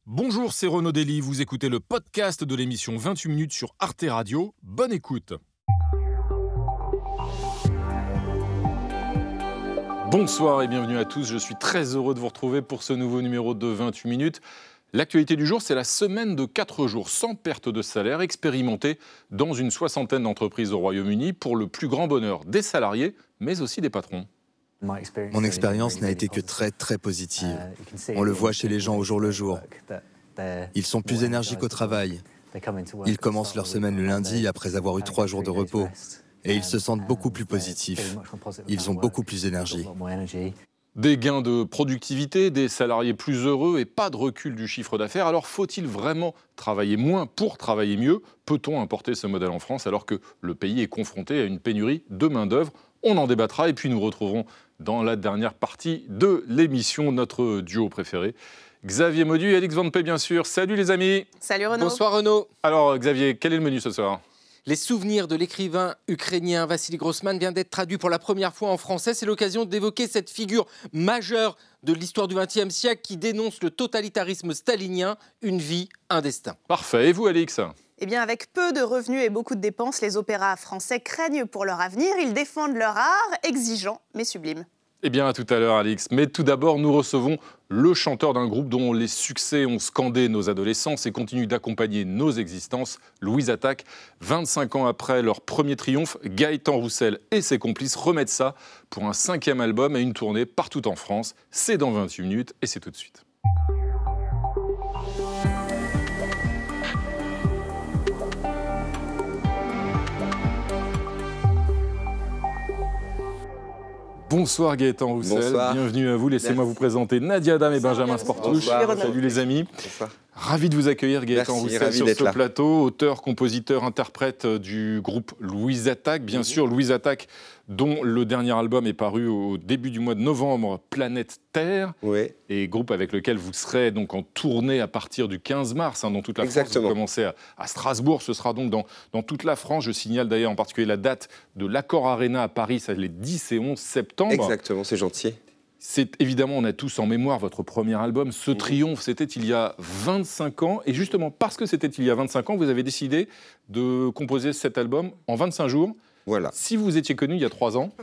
Bonjour, c'est Renaud Dely, vous écoutez le podcast de l'émission 28 minutes sur Arte Radio. Bonne écoute. Bonsoir et bienvenue à tous, je suis très heureux de vous retrouver pour ce nouveau numéro de 28 minutes. L'actualité du jour, c'est la semaine de 4 jours sans perte de salaire expérimentée dans une soixantaine d'entreprises au Royaume-Uni pour le plus grand bonheur des salariés, mais aussi des patrons. Mon expérience n'a été que très positive. On le voit chez les gens au jour le jour. Ils sont plus énergiques au travail. Ils commencent leur semaine le lundi après avoir eu 3 jours de repos. Et ils se sentent beaucoup plus positifs. Ils ont beaucoup plus d'énergie. Des gains de productivité, des salariés plus heureux et pas de recul du chiffre d'affaires. Alors faut-il vraiment travailler moins pour travailler mieux ? Peut-on importer ce modèle en France alors que le pays est confronté à une pénurie de main-d'œuvre ? On en débattra et puis nous retrouverons dans la dernière partie de l'émission notre duo préféré. Xavier Maudu et Alix Van Pé, bien sûr. Salut les amis. Salut Renaud. Bonsoir Renaud. Alors Xavier, quel est le menu ce soir ? Les souvenirs de l'écrivain ukrainien Vassili Grossman viennent d'être traduits pour la première fois en français. C'est l'occasion d'évoquer cette figure majeure de l'histoire du XXe siècle qui dénonce le totalitarisme stalinien, une vie, un destin. Parfait. Et vous, Alix ? Eh bien, avec peu de revenus et beaucoup de dépenses, les opéras français craignent pour leur avenir. Ils défendent leur art, exigeant mais sublime. Eh bien, à tout à l'heure, Alix. Mais tout d'abord, nous recevons le chanteur d'un groupe dont les succès ont scandé nos adolescences et continuent d'accompagner nos existences, Louise Attaque. 25 ans après leur premier triomphe, Gaëtan Roussel et ses complices remettent ça pour un 5e album et une tournée partout en France. C'est dans 28 minutes et c'est tout de suite. Bonsoir Gaëtan Roussel, Bonsoir. Bienvenue à vous. Laissez-moi vous présenter Nadia Dame et Benjamin Sportouche. Bonsoir. Salut les amis. Bonsoir. Ravi de vous accueillir Gaëtan Merci, Roussel ravi sur d'être ce là. plateau, auteur, compositeur, interprète du groupe Louise Attaque. Bien sûr, Louise Attaque, dont le dernier album est paru au début du mois de novembre, Planète Terre, Oui, et groupe avec lequel vous serez donc en tournée à partir du 15 mars dans toute la France. Exactement. Vous commencez à Strasbourg, ce sera donc dans toute la France. Je signale d'ailleurs en particulier la date de l'Accor Arena à Paris, c'est les 10 et 11 septembre. exactement, c'est gentil. C'est évidemment, on a tous en mémoire votre premier album, Ce Triomphe, c'était il y a 25 ans. Et justement, parce que c'était il y a 25 ans, vous avez décidé de composer cet album en 25 jours. Voilà. Si vous étiez connu il y a 3 ans,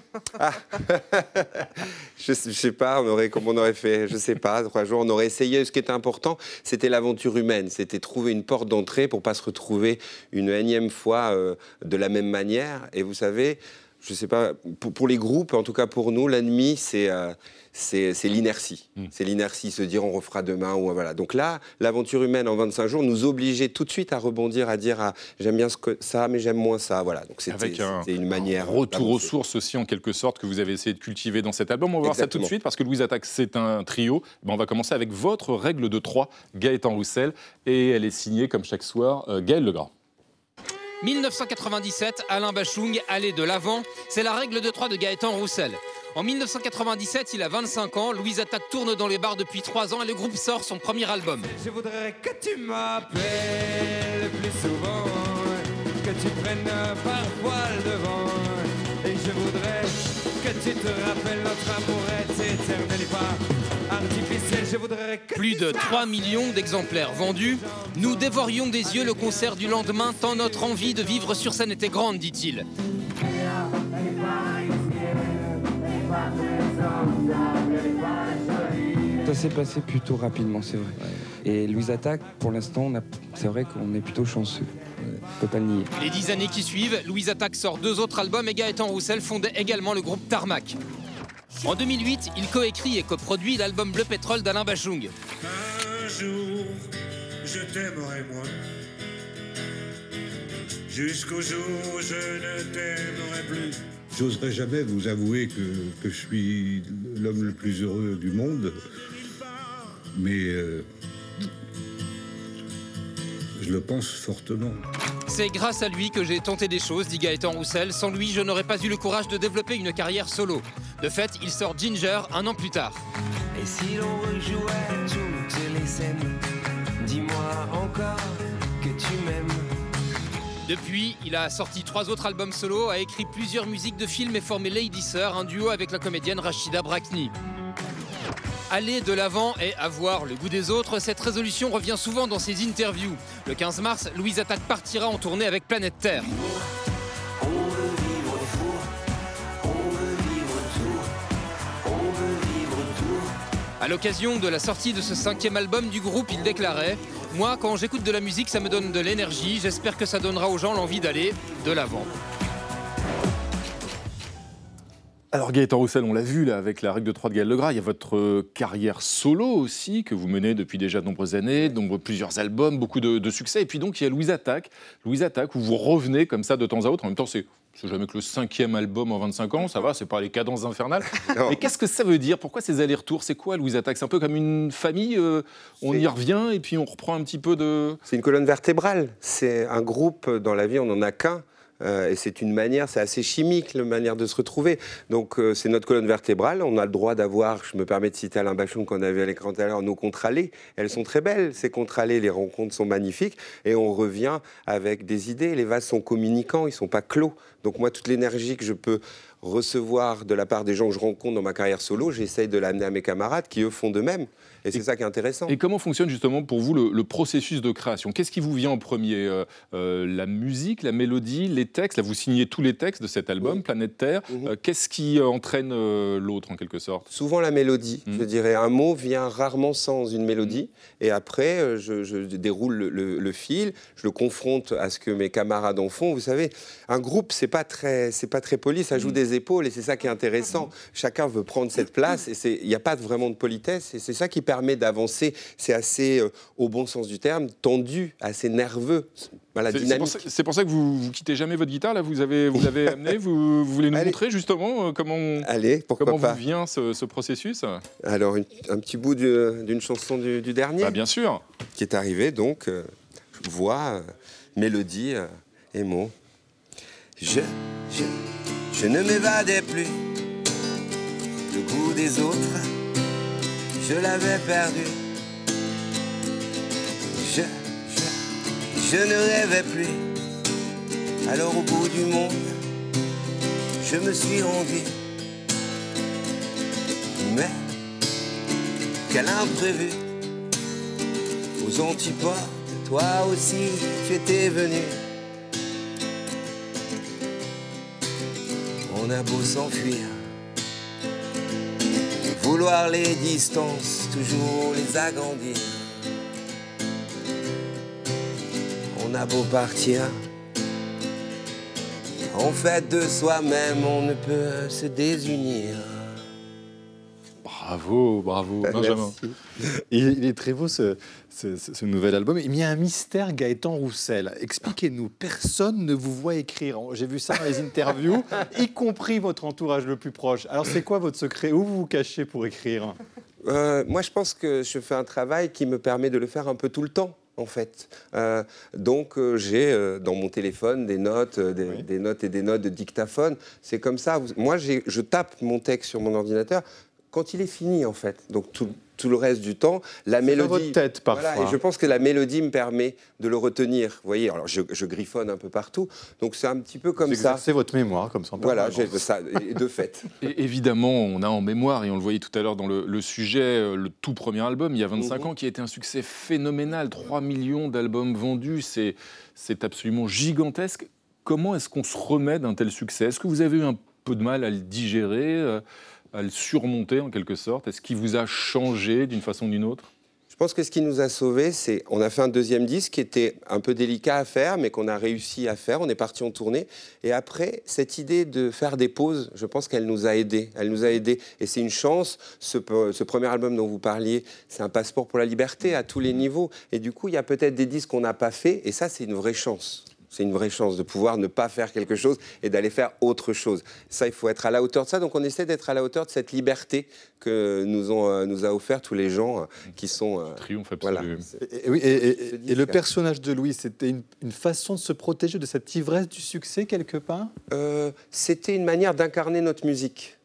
Je sais pas, comment on aurait fait, je sais pas, 3 jours, on aurait essayé. Ce qui était important, c'était l'aventure humaine, c'était trouver une porte d'entrée pour pas se retrouver une énième fois de la même manière. Et vous savez, je sais pas, pour les groupes, en tout cas pour nous, l'ennemi, c'est l'inertie. C'est l'inertie, se dire on refera demain. Ou voilà. Donc là, l'aventure humaine en 25 jours nous obligeait tout de suite à rebondir, à dire j'aime bien ça, mais j'aime moins ça. Voilà. Donc avec c'était une manière. un retour aux d'avancer. sources aussi en quelque sorte que vous avez essayé de cultiver dans cet album. On va voir ça tout de Exactement. suite parce que Louise Attaque, c'est un trio. On va commencer avec votre règle de 3, Gaëtan Roussel. Et elle est signée comme chaque soir, Gaël Legras. 1997, Alain Bachung, allée de l'avant, c'est la règle de 3 de Gaëtan Roussel. En 1997, il a 25 ans, Louise Attaque tourne dans les bars depuis 3 ans et le groupe sort son premier album. Je voudrais que tu m'appelles plus souvent, que tu prennes parfois le devant. Et je voudrais que tu te rappelles notre amour est éternel et pas artificiel. Je voudrais que Plus de 3 millions d'exemplaires vendus. Nous dévorions des yeux le concert du lendemain, tant notre envie de vivre sur scène était grande, dit-il. Ça s'est passé plutôt rapidement, c'est vrai. Et Louise Attaque, pour l'instant, c'est vrai qu'on est plutôt chanceux. On ne peut pas le nier. Les 10 années qui suivent, Louise Attaque sort 2 autres albums et Gaëtan Roussel fonde également le groupe Tarmac. En 2008, il coécrit et coproduit l'album Bleu Pétrole d'Alain Bachung. Un jour, je t'aimerai moins. Jusqu'au jour où je ne t'aimerai plus. J'oserais jamais vous avouer que je suis l'homme le plus heureux du monde, mais je le pense fortement. C'est grâce à lui que j'ai tenté des choses, dit Gaëtan Roussel. Sans lui, je n'aurais pas eu le courage de développer une carrière solo. De fait, il sort Ginger 1 an plus tard. Et si l'on rejouait toutes les scènes, dis-moi encore que tu m'aimes. Depuis, il a sorti 3 autres albums solo, a écrit plusieurs musiques de films et formé Lady Sir, un duo avec la comédienne Rachida Brakni. aller de l'avant et avoir le goût des autres, cette résolution revient souvent dans ses interviews. Le 15 mars, Louise Attaque partira en tournée avec Planète Terre. À l'occasion de la sortie de ce 5e album du groupe, il déclarait « Moi, quand j'écoute de la musique, ça me donne de l'énergie. J'espère que ça donnera aux gens l'envie d'aller de l'avant. » Alors Gaëtan Roussel, on l'a vu là avec la règle de 3 de Gaël Legras, il y a votre carrière solo aussi que vous menez depuis déjà de nombreuses années, donc plusieurs albums, beaucoup de succès. Et puis donc il y a Louise Attaque où vous revenez comme ça de temps à autre. En même temps, c'est jamais que le 5e album en 25 ans, ça va, c'est pas les cadences infernales. Mais qu'est-ce que ça veut dire? Pourquoi ces allers-retours? C'est quoi Louise Attaque? C'est un peu comme une famille, on y revient et puis on reprend un petit peu de... C'est une colonne vertébrale, c'est un groupe, dans la vie on n'en a qu'un. Et c'est une manière, c'est assez chimique, la manière de se retrouver. Donc c'est notre colonne vertébrale. On a le droit d'avoir, je me permets de citer Alain Bachung qu'on avait à l'écran tout à l'heure, nos contre-allées. Elles sont très belles, ces contre-allées, les rencontres sont magnifiques. Et on revient avec des idées. Les vases sont communicants, ils ne sont pas clos. Donc moi, toute l'énergie que je peux recevoir de la part des gens que je rencontre dans ma carrière solo, j'essaye de l'amener à mes camarades qui, eux, font de même. Et c'est ça qui est intéressant. Et comment fonctionne justement pour vous le processus de création? Qu'est-ce qui vous vient en premier? La musique, la mélodie, les textes? Là, vous signez tous les textes de cet album, oui. Planète Terre. Qu'est-ce qui entraîne l'autre, en quelque sorte? Souvent la mélodie. Je dirais, un mot vient rarement sans une mélodie. Et après, je déroule le fil, je le confronte à ce que mes camarades en font. Vous savez, un groupe, c'est pas très poli, ça joue des épaules. Et c'est ça qui est intéressant. Chacun veut prendre cette place. Et il n'y a pas vraiment de politesse. Et c'est ça qui permet d'avancer. C'est assez, au bon sens du terme, tendu, assez nerveux. Voilà, c'est pour ça que vous quittez jamais votre guitare, là, vous l'avez amené, vous voulez nous montrer justement comment vous vient ce processus? Alors, un petit bout d'une chanson du dernier. Bah, bien sûr. Qui est arrivé, donc, voix, mélodie et mots. Je ne m'évadais plus, le goût des autres, je l'avais perdu. Je ne rêvais plus, alors au bout du monde, je me suis rendu. Mais, quel imprévu, aux antipodes, toi aussi tu étais venu. On a beau s'enfuir, vouloir les distances, toujours les agrandir. On a beau partir, en fait de soi-même, on ne peut se désunir. Bravo, Benjamin. Il est très beau ce nouvel album. Il y a un mystère, Gaëtan Roussel. Expliquez-nous, personne ne vous voit écrire. J'ai vu ça dans les interviews, y compris votre entourage le plus proche. Alors c'est quoi votre secret? Où vous vous cachez pour écrire? Moi je pense que je fais un travail qui me permet de le faire un peu tout le temps. En fait. Donc j'ai dans mon téléphone des notes, des notes et des notes de dictaphone. C'est comme ça. Moi, je tape mon texte sur mon ordinateur quand il est fini, en fait. Donc tout le reste du temps, la mélodie... Dans votre tête, parfois. Voilà, et je pense que la mélodie me permet de le retenir. Vous voyez, alors je griffonne un peu partout. Donc c'est un petit peu comme ça. C'est votre mémoire, comme ça. Voilà, j'ai ça, de fait. Et évidemment, on a en mémoire, et on le voyait tout à l'heure dans le sujet, le tout premier album, il y a 25 ans, qui a été un succès phénoménal. 3 millions d'albums vendus, c'est absolument gigantesque. Comment est-ce qu'on se remet d'un tel succès? Est-ce que vous avez eu un peu de mal à le digérer, à le surmonter en quelque sorte? Est-ce qu'il vous a changé d'une façon ou d'une autre? Je pense que ce qui nous a sauvés, c'est on a fait un deuxième disque qui était un peu délicat à faire, mais qu'on a réussi à faire. On est parti en tournée. Et après, cette idée de faire des pauses, je pense qu'elle nous a aidés. Elle nous a aidés. Et c'est une chance. Ce premier album dont vous parliez, c'est un passeport pour la liberté à tous les niveaux. Et du coup, il y a peut-être des disques qu'on n'a pas fait. Et ça, c'est une vraie chance. C'est une vraie chance de pouvoir ne pas faire quelque chose et d'aller faire autre chose. Ça, il faut être à la hauteur de ça. Donc, on essaie d'être à la hauteur de cette liberté que nous a offert tous les gens qui sont... Triomphe absolu. Voilà. Et le personnage de Louis, c'était une façon de se protéger de cette ivresse du succès, quelque part? C'était une manière d'incarner notre musique.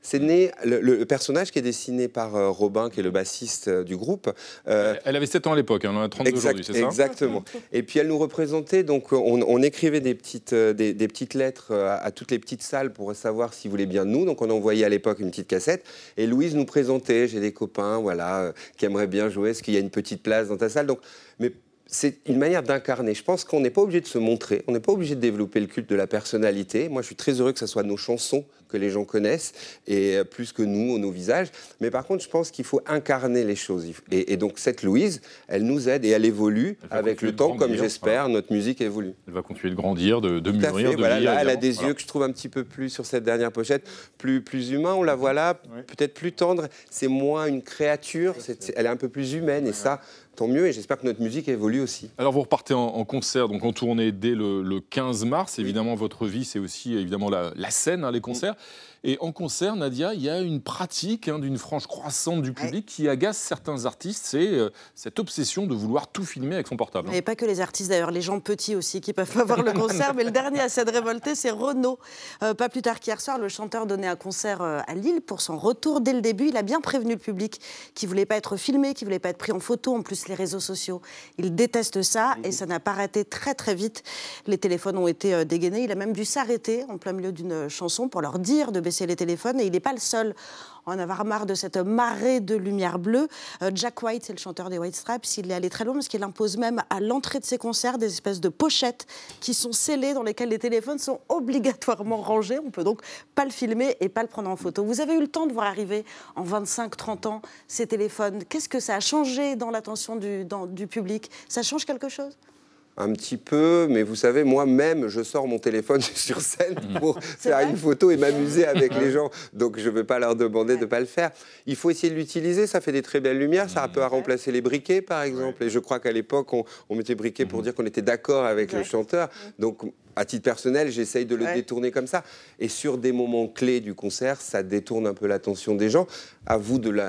C'est né, le personnage qui est dessiné par Robin, qui est le bassiste du groupe. Elle avait 7 ans à l'époque, elle en a 32 aujourd'hui, c'est ça? Exactement. Et puis elle nous représentait, donc on écrivait des petites lettres à toutes les petites salles pour savoir s'ils voulaient bien de nous. Donc on envoyait à l'époque une petite cassette. Et Louise nous présentait, j'ai des copains qui aimeraient bien jouer, est-ce qu'il y a une petite place dans ta salle? Mais c'est une manière d'incarner. Je pense qu'on n'est pas obligé de se montrer, on n'est pas obligé de développer le culte de la personnalité. Moi, je suis très heureux que ce soit nos chansons que les gens connaissent, et plus que nous, nos visages. Mais par contre, je pense qu'il faut incarner les choses. Et donc, cette Louise, elle nous aide et elle évolue avec le temps, comme j'espère, notre musique évolue. Elle va continuer de grandir, de Tout mûrir, à fait, de voilà, vieillir. là, elle a des yeux que je trouve un petit peu plus, sur cette dernière pochette, plus humains. On la voit là, peut-être plus tendre. C'est moins une créature, elle est un peu plus humaine. Et ça, tant mieux. Et j'espère que notre musique évolue aussi. Alors, vous repartez en concert, donc en tournée dès le 15 mars. Évidemment, votre vie, c'est aussi évidemment la scène, les concerts. Et en concert, Nadia, il y a une pratique d'une frange croissante du public qui agace certains artistes. C'est cette obsession de vouloir tout filmer avec son portable. Et pas que les artistes, d'ailleurs, les gens petits aussi qui peuvent pas voir le concert. Mais le dernier à s'être révolté, c'est Renaud. Pas plus tard qu'hier soir, le chanteur donnait un concert à Lille pour son retour. Dès le début, il a bien prévenu le public qu'il voulait pas être filmé, qu'il voulait pas être pris en photo. En plus, les réseaux sociaux, il déteste ça et ça n'a pas arrêté très très vite. Les téléphones ont été dégainés. Il a même dû s'arrêter en plein milieu d'une chanson pour leur dire de baisser les téléphones. Et il n'est pas le seul à en avoir marre de cette marée de lumière bleue. Jack White, c'est le chanteur des White Stripes, il est allé très loin parce qu'il impose même à l'entrée de ses concerts des espèces de pochettes qui sont scellées dans lesquelles les téléphones sont obligatoirement rangés. On peut donc pas le filmer et pas le prendre en photo. Vous avez eu le temps de voir arriver en 25-30 ans ces téléphones. Qu'est-ce que ça a changé dans l'attention du public? Ça change quelque chose? Un petit peu, mais vous savez, moi-même, je sors mon téléphone sur scène pour faire une photo et m'amuser avec les gens. Donc, je ne vais pas leur demander de ne pas le faire. Il faut essayer de l'utiliser, ça fait des très belles lumières. Ça peut remplacer les briquets, par exemple. Et je crois qu'à l'époque, on mettait briquet pour dire qu'on était d'accord avec le chanteur. Donc, à titre personnel, j'essaye de le détourner comme ça. Et sur des moments clés du concert, ça détourne un peu l'attention des gens. À vous de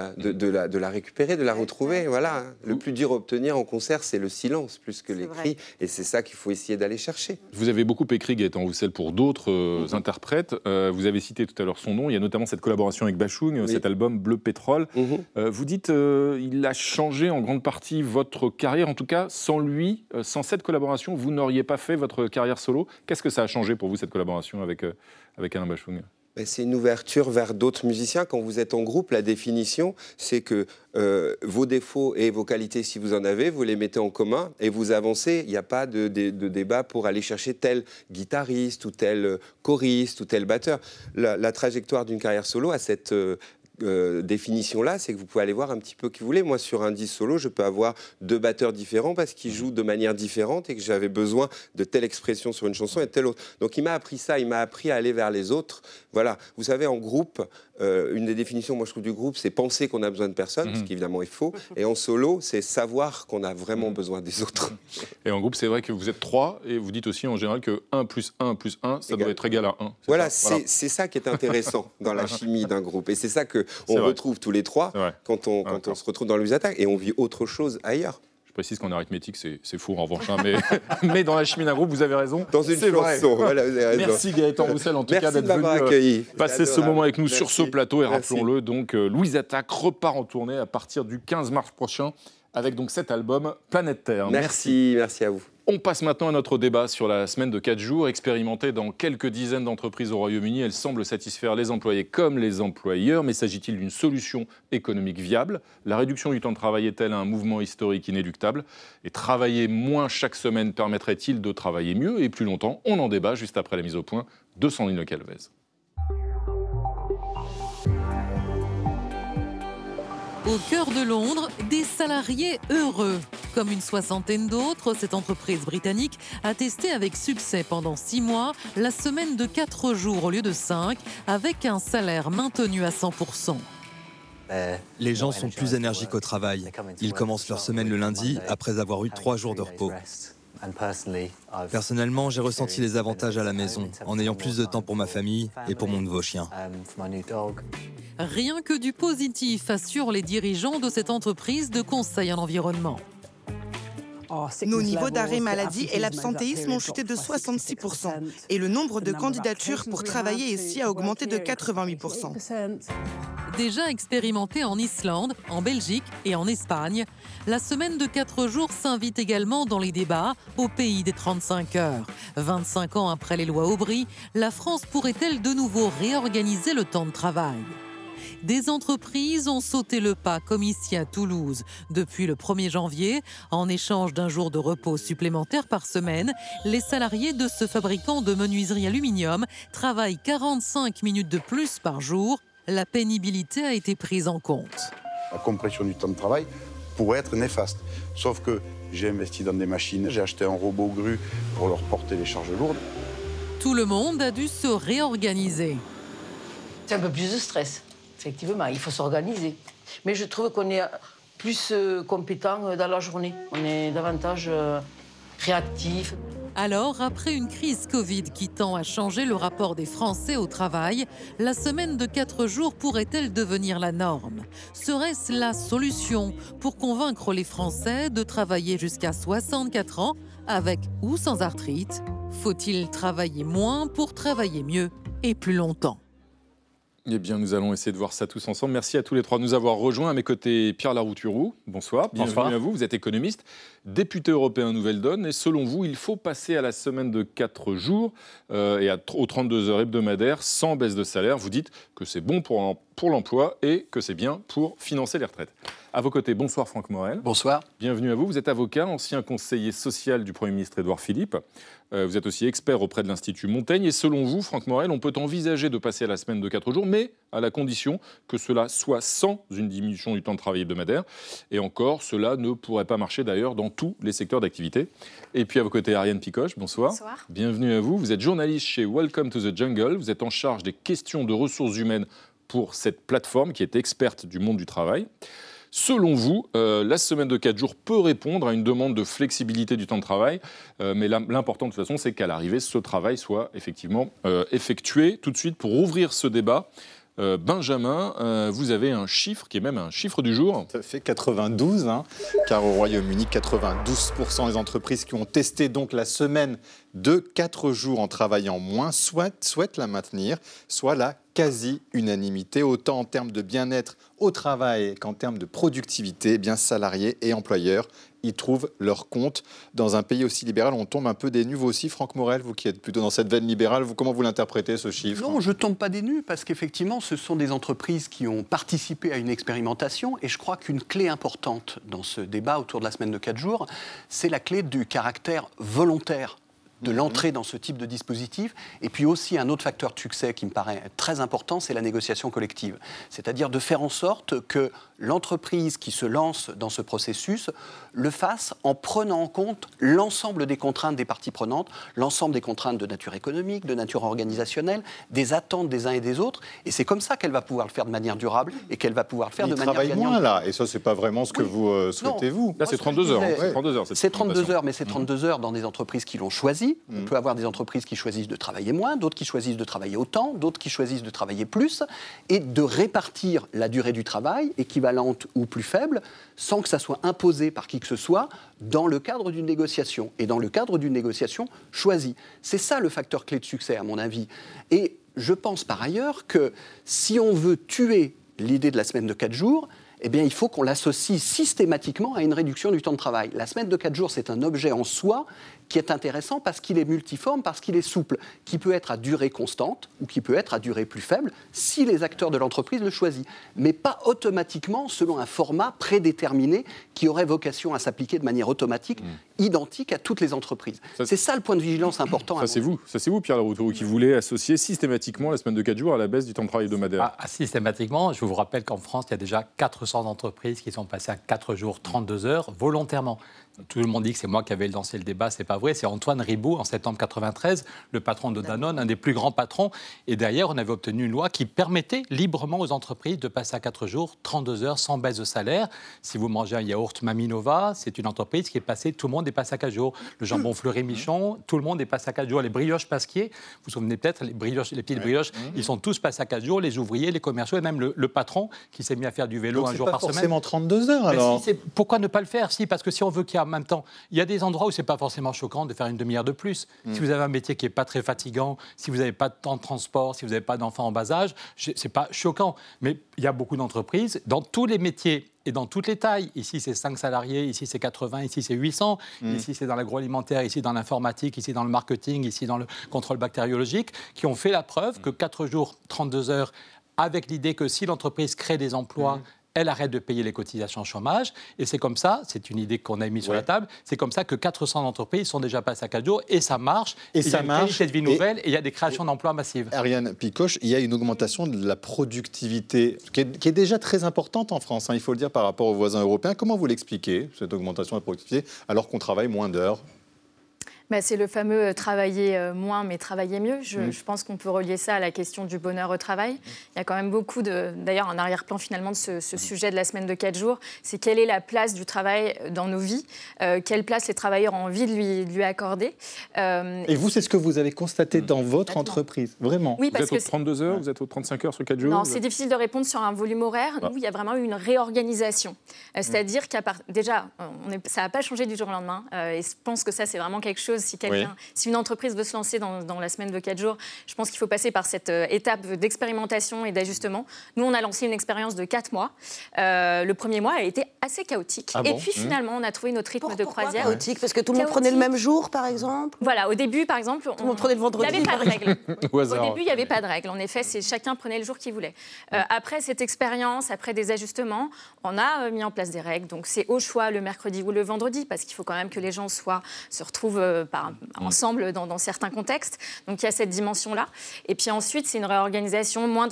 la récupérer, de la retrouver. Voilà. Le plus dur à obtenir en concert, c'est le silence, plus que les cris. Et c'est ça qu'il faut essayer d'aller chercher. Vous avez beaucoup écrit, Gaëtan Roussel, pour d'autres interprètes. Vous avez cité tout à l'heure son nom. Il y a notamment cette collaboration avec Bachung, cet album Bleu Pétrole. Vous dites il a changé en grande partie votre carrière. En tout cas, sans lui, sans cette collaboration, vous n'auriez pas fait votre carrière solo. Qu'est-ce que ça a changé pour vous, cette collaboration avec Alain Bachung? C'est une ouverture vers d'autres musiciens. Quand vous êtes en groupe, la définition, c'est que vos défauts et vos qualités, si vous en avez, vous les mettez en commun et vous avancez. Il n'y a pas de débat pour aller chercher tel guitariste ou tel choriste ou tel batteur. La trajectoire d'une carrière solo a cette définition-là, c'est que vous pouvez aller voir un petit peu qui vous voulez. Moi, sur un disque solo, je peux avoir 2 batteurs différents parce qu'ils jouent de manière différente et que j'avais besoin de telle expression sur une chanson et de telle autre. Donc, il m'a appris ça, il m'a appris à aller vers les autres. Voilà. Vous savez, en groupe, une des définitions, moi, je trouve, du groupe, c'est penser qu'on a besoin de personne, ce qui, évidemment, est faux. Et en solo, c'est savoir qu'on a vraiment besoin des autres. Et en groupe, c'est vrai que vous êtes 3 et vous dites aussi, en général, que 1 plus 1 plus 1, ça doit être égal à 1. Voilà, c'est ça qui est intéressant dans la chimie d'un groupe. Et c'est ça qu'on retrouve tous les 3 quand on se retrouve dans le Luisattaque et on vit autre chose ailleurs. Je précise qu'en arithmétique, c'est fou en revanche, mais dans la chimie d'un groupe, vous avez raison. Dans une chanson, voilà, vous avez raison. Merci Gaëtan Roussel, en tout cas, d'être venu passer ce moment avec nous sur ce plateau. Et rappelons-le, donc, Luisattaque repart en tournée à partir du 15 mars prochain avec donc cet album Planète Terre. Merci à vous. On passe maintenant à notre débat sur la semaine de 4 jours. Expérimentée dans quelques dizaines d'entreprises au Royaume-Uni, elle semble satisfaire les employés comme les employeurs. Mais s'agit-il d'une solution économique viable? La réduction du temps de travail est-elle un mouvement historique inéluctable? Et travailler moins chaque semaine permettrait-il de travailler mieux et plus longtemps? On en débat juste après la mise au point de Sandrine Le Calvez. Au cœur de Londres, des salariés heureux. Comme une soixantaine d'autres, cette entreprise britannique a testé avec succès pendant 6 mois la semaine de 4 jours au lieu de 5, avec un salaire maintenu à 100%. Les gens sont plus énergiques au travail. Ils commencent leur semaine le lundi après avoir eu 3 jours de repos. Personnellement, j'ai ressenti les avantages à la maison, en ayant plus de temps pour ma famille et pour mon nouveau chien. Rien que du positif, assurent les dirigeants de cette entreprise de conseil en environnement. Nos niveaux d'arrêt maladie et l'absentéisme ont chuté de 66%. Et le nombre de candidatures pour travailler ici a augmenté de 88%. Déjà expérimentée en Islande, en Belgique et en Espagne, la semaine de 4 jours s'invite également dans les débats au pays des 35 heures. 25 ans après les lois Aubry, la France pourrait-elle de nouveau réorganiser le temps de travail ? Des entreprises ont sauté le pas, comme ici à Toulouse. Depuis le 1er janvier, en échange d'un jour de repos supplémentaire par semaine, les salariés de ce fabricant de menuiserie aluminium travaillent 45 minutes de plus par jour. La pénibilité a été prise en compte. La compression du temps de travail pourrait être néfaste. Sauf que j'ai investi dans des machines, j'ai acheté un robot grue pour leur porter les charges lourdes. Tout le monde a dû se réorganiser. C'est un peu plus de stress, effectivement, il faut s'organiser. Mais je trouve qu'on est plus compétent dans la journée, on est davantage réactif. Alors, après une crise Covid qui tend à changer le rapport des Français au travail, la semaine de 4 jours pourrait-elle devenir la norme ? Serait-ce la solution pour convaincre les Français de travailler jusqu'à 64 ans, avec ou sans arthrite ? Faut-il travailler moins pour travailler mieux et plus longtemps ? Eh bien, nous allons essayer de voir ça tous ensemble. Merci à tous les trois de nous avoir rejoints. À mes côtés, Pierre Larouturou. Bonsoir. Bienvenue à vous. Vous êtes économiste, député européen Nouvelle Donne. Et selon vous, il faut passer à la semaine de 4 jours et aux 32 heures hebdomadaires sans baisse de salaire. Vous dites que c'est bon pour l'emploi et que c'est bien pour financer les retraites. À vos côtés, bonsoir Franck Morel. Bonsoir. Bienvenue à vous. Vous êtes avocat, ancien conseiller social du Premier ministre Édouard Philippe. Vous êtes aussi expert auprès de l'Institut Montaigne. Et selon vous, Franck Morel, on peut envisager de passer à la semaine de 4 jours, mais à la condition que cela soit sans une diminution du temps de travail hebdomadaire. Et encore, cela ne pourrait pas marcher d'ailleurs dans tous les secteurs d'activité. Et puis à vos côtés, Ariane Picoche, bonsoir. Bonsoir. Bienvenue à vous. Vous êtes journaliste chez Welcome to the Jungle. Vous êtes en charge des questions de ressources humaines pour cette plateforme qui est experte du monde du travail. Selon vous, la semaine de 4 jours peut répondre à une demande de flexibilité du temps de travail, mais l'important de toute façon, c'est qu'à l'arrivée, ce travail soit effectivement effectué. Tout de suite, pour ouvrir ce débat, Benjamin, vous avez un chiffre qui est même un chiffre du jour. Ça fait 92, car au Royaume-Uni, 92% des entreprises qui ont testé donc la semaine de 4 jours en travaillant moins souhaitent la maintenir, soit la quasi-unanimité, autant en termes de bien-être au travail qu'en termes de productivité. Eh bien, salariés et employeurs y trouvent leur compte. Dans un pays aussi libéral, on tombe un peu des nues. Vous aussi, Franck Morel, vous qui êtes plutôt dans cette veine libérale, comment vous l'interprétez, ce chiffre ? Non, je ne tombe pas des nues, parce qu'effectivement, ce sont des entreprises qui ont participé à une expérimentation. Et je crois qu'une clé importante dans ce débat autour de la semaine de 4 jours, c'est la clé du caractère volontaire de l'entrée dans ce type de dispositif. Et puis aussi, un autre facteur de succès qui me paraît très important, c'est la négociation collective. C'est-à-dire de faire en sorte que l'entreprise qui se lance dans ce processus le fasse en prenant en compte l'ensemble des contraintes des parties prenantes, l'ensemble des contraintes de nature économique, de nature organisationnelle, des attentes des uns et des autres. Et c'est comme ça qu'elle va pouvoir le faire de manière durable et qu'elle va pouvoir le faire de manière gagnante. Il travaille moins là, et ça, c'est pas vraiment ce que vous souhaitez, vous. Là, c'est 32 heures. C'est 32 heures, mais c'est 32 heures dans des entreprises qui l'ont choisi. On peut avoir des entreprises qui choisissent de travailler moins, d'autres qui choisissent de travailler autant, d'autres qui choisissent de travailler plus, et de répartir la durée du travail, équivalente ou plus faible, sans que ça soit imposé par qui que ce soit, dans le cadre d'une négociation, et dans le cadre d'une négociation choisie. C'est ça le facteur clé de succès, à mon avis. Et je pense par ailleurs que si on veut tuer l'idée de la semaine de 4 jours, eh bien, il faut qu'on l'associe systématiquement à une réduction du temps de travail. La semaine de 4 jours, c'est un objet en soi qui est intéressant parce qu'il est multiforme, parce qu'il est souple, qui peut être à durée constante ou qui peut être à durée plus faible si les acteurs de l'entreprise le choisissent, mais pas automatiquement selon un format prédéterminé qui aurait vocation à s'appliquer de manière automatique, identique à toutes les entreprises. C'est ça le point de vigilance important. Ça, c'est vous, Pierre Larouturou, qui voulez associer systématiquement la semaine de 4 jours à la baisse du temps de travail hebdomadaire. Systématiquement, je vous rappelle qu'en France, il y a déjà 400 entreprises qui sont passées à 4 jours, 32 heures, volontairement. Tout le monde dit que c'est moi qui avais lancé le débat, c'est pas vrai. C'est Antoine Ribaud, en septembre 93, le patron de Danone, un des plus grands patrons. Et derrière, on avait obtenu une loi qui permettait librement aux entreprises de passer à 4 jours, 32 heures, sans baisse de salaire. Si vous mangez un yaourt Maminova, c'est une entreprise qui est passée, tout le monde est passé à 4 jours. Le jambon Fleury-Michon, tout le monde est passé à 4 jours. Les brioches Pasquier, vous vous souvenez peut-être, les petites brioches, ils sont tous passés à 4 jours, les ouvriers, les commerciaux et même le patron qui s'est mis à faire du vélo. Donc un jour par semaine. C'est pas forcément 32 heures alors. Pourquoi ne pas le faire ? Parce que si on veut qu'il y ait même temps, il y a des endroits où c'est pas forcément choquant de faire une demi-heure de plus. Si vous avez un métier qui est pas très fatigant, si vous n'avez pas de temps de transport, si vous n'avez pas d'enfants en bas âge, c'est pas choquant. Mais il y a beaucoup d'entreprises dans tous les métiers et dans toutes les tailles. Ici, c'est 5 salariés, ici, c'est 80, ici, c'est 800, ici, c'est dans l'agroalimentaire, ici, dans l'informatique, ici, dans le marketing, ici, dans le contrôle bactériologique, qui ont fait la preuve que 4 jours, 32 heures, avec l'idée que si l'entreprise crée des emplois, elle arrête de payer les cotisations chômage. Et c'est comme ça, c'est une idée qu'on a mise sur la table, c'est comme ça que 400 entreprises sont déjà passées à 4 jours et ça marche. Et ça marche. Il y a une qualité de vie nouvelle et il y a des créations d'emplois massives. Ariane Picoche, il y a une augmentation de la productivité qui est déjà très importante en France, il faut le dire, par rapport aux voisins européens. Comment vous l'expliquez, cette augmentation de la productivité, alors qu'on travaille moins d'heures ? C'est le fameux travailler moins mais travailler mieux. Je pense qu'on peut relier ça à la question du bonheur au travail. Il y a quand même beaucoup d'ailleurs un arrière-plan finalement de ce sujet de la semaine de 4 jours, c'est quelle est la place du travail dans nos vies, quelle place les travailleurs ont envie de lui accorder. Et vous, c'est ce que vous avez constaté dans votre entreprise, vraiment? Oui, parce vous êtes aux 32 heures, vous êtes aux 35 heures sur 4 jours? Non, c'est difficile de répondre sur un volume horaire. Nous, il y a vraiment eu une réorganisation. C'est-à-dire déjà, ça n'a pas changé du jour au lendemain. Et je pense que ça, c'est vraiment quelque chose. Si une entreprise veut se lancer dans la semaine de 4 jours, je pense qu'il faut passer par cette étape d'expérimentation et d'ajustement. Nous, on a lancé une expérience de 4 mois. Le premier mois a été assez chaotique. Et puis finalement, on a trouvé notre rythme de croisière. Chaotique, parce que tout le monde prenait le même jour, par exemple? Voilà, au début, par exemple, tout le monde prenait le vendredi. Il n'y avait pas de règle. Au début, il n'y avait pas de règle. En effet, chacun prenait le jour qu'il voulait. Après cette expérience, après des ajustements, on a mis en place des règles. Donc, c'est au choix le mercredi ou le vendredi, parce qu'il faut quand même que les gens se retrouvent ensemble dans certains contextes. Donc, il y a cette dimension-là. Et puis ensuite, c'est une réorganisation, moins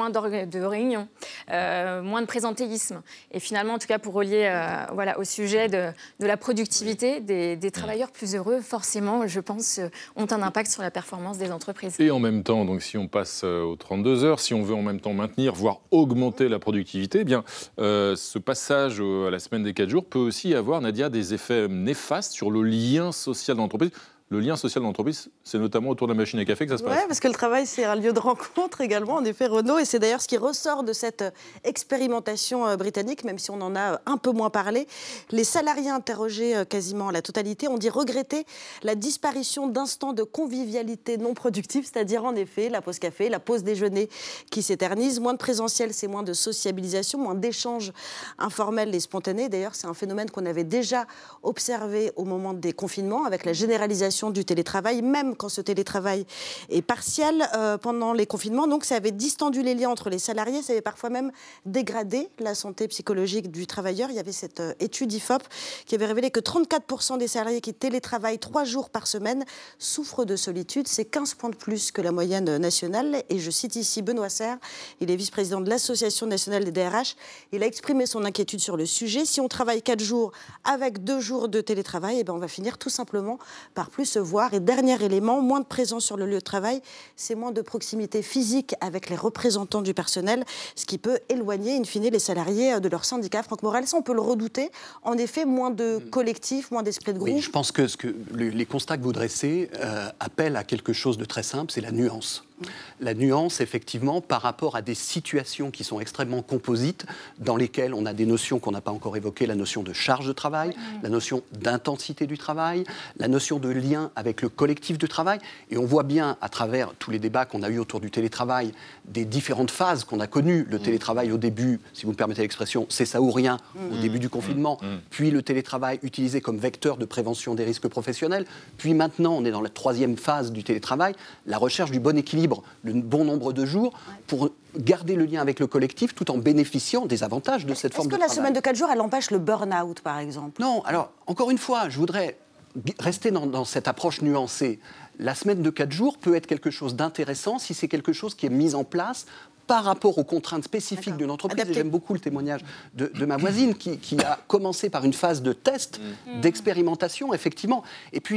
de réunions, moins de présentéisme. Et finalement, en tout cas, pour relier au sujet de la productivité, des travailleurs plus heureux, forcément, je pense, ont un impact sur la performance des entreprises. Et en même temps, donc, si on passe aux 32 heures, si on veut en même temps maintenir, voire augmenter la productivité, eh bien, ce passage à la semaine des 4 jours peut aussi avoir, Nadia, des effets néfastes sur le lien social d'entreprise. Le lien social de l'entreprise, c'est notamment autour de la machine à café que ça se passe. Oui, parce que le travail, c'est un lieu de rencontre également, en effet, Renaud. Et c'est d'ailleurs ce qui ressort de cette expérimentation britannique, même si on en a un peu moins parlé. Les salariés interrogés, quasiment la totalité, ont dit regretter la disparition d'instants de convivialité non productifs, c'est-à-dire en effet la pause café, la pause déjeuner qui s'éternise. Moins de présentiel, c'est moins de sociabilisation, moins d'échanges informels et spontanés. D'ailleurs, c'est un phénomène qu'on avait déjà observé au moment des confinements, avec la généralisation du télétravail, même quand ce télétravail est partiel pendant les confinements. Donc ça avait distendu les liens entre les salariés, ça avait parfois même dégradé la santé psychologique du travailleur. Il y avait cette étude IFOP qui avait révélé que 34% des salariés qui télétravaillent 3 jours par semaine souffrent de solitude. C'est 15 points de plus que la moyenne nationale. Et je cite ici Benoît Serre, il est vice-président de l'Association nationale des DRH. Il a exprimé son inquiétude sur le sujet. Si on travaille 4 jours avec 2 jours de télétravail, eh ben on va finir tout simplement par plus se voir. Et dernier élément, moins de présence sur le lieu de travail, c'est moins de proximité physique avec les représentants du personnel, ce qui peut éloigner, in fine, les salariés de leur syndicat. Franck Morel, ça on peut le redouter. En effet, moins de collectif, moins d'esprit de groupe. Oui, je pense que les constats que vous dressez appellent à quelque chose de très simple, c'est la nuance. La nuance, effectivement, par rapport à des situations qui sont extrêmement composites, dans lesquelles on a des notions qu'on n'a pas encore évoquées, la notion de charge de travail, la notion d'intensité du travail, la notion de lien avec le collectif de travail. Et on voit bien, à travers tous les débats qu'on a eus autour du télétravail, des différentes phases qu'on a connues. Le télétravail, au début, si vous me permettez l'expression, c'est ça ou rien, au début du confinement. Puis le télétravail utilisé comme vecteur de prévention des risques professionnels. Puis maintenant, on est dans la 3e phase du télétravail, la recherche du bon équilibre, le bon nombre de jours pour garder le lien avec le collectif tout en bénéficiant des avantages de cette forme de travail. Est-ce que la semaine de 4 jours, elle empêche le burn-out, par exemple? Non, alors, encore une fois, je voudrais rester dans cette approche nuancée. La semaine de 4 jours peut être quelque chose d'intéressant si c'est quelque chose qui est mis en place par rapport aux contraintes spécifiques d'une entreprise. Et j'aime beaucoup le témoignage de ma voisine qui a commencé par une phase de test, d'expérimentation, effectivement. Et puis,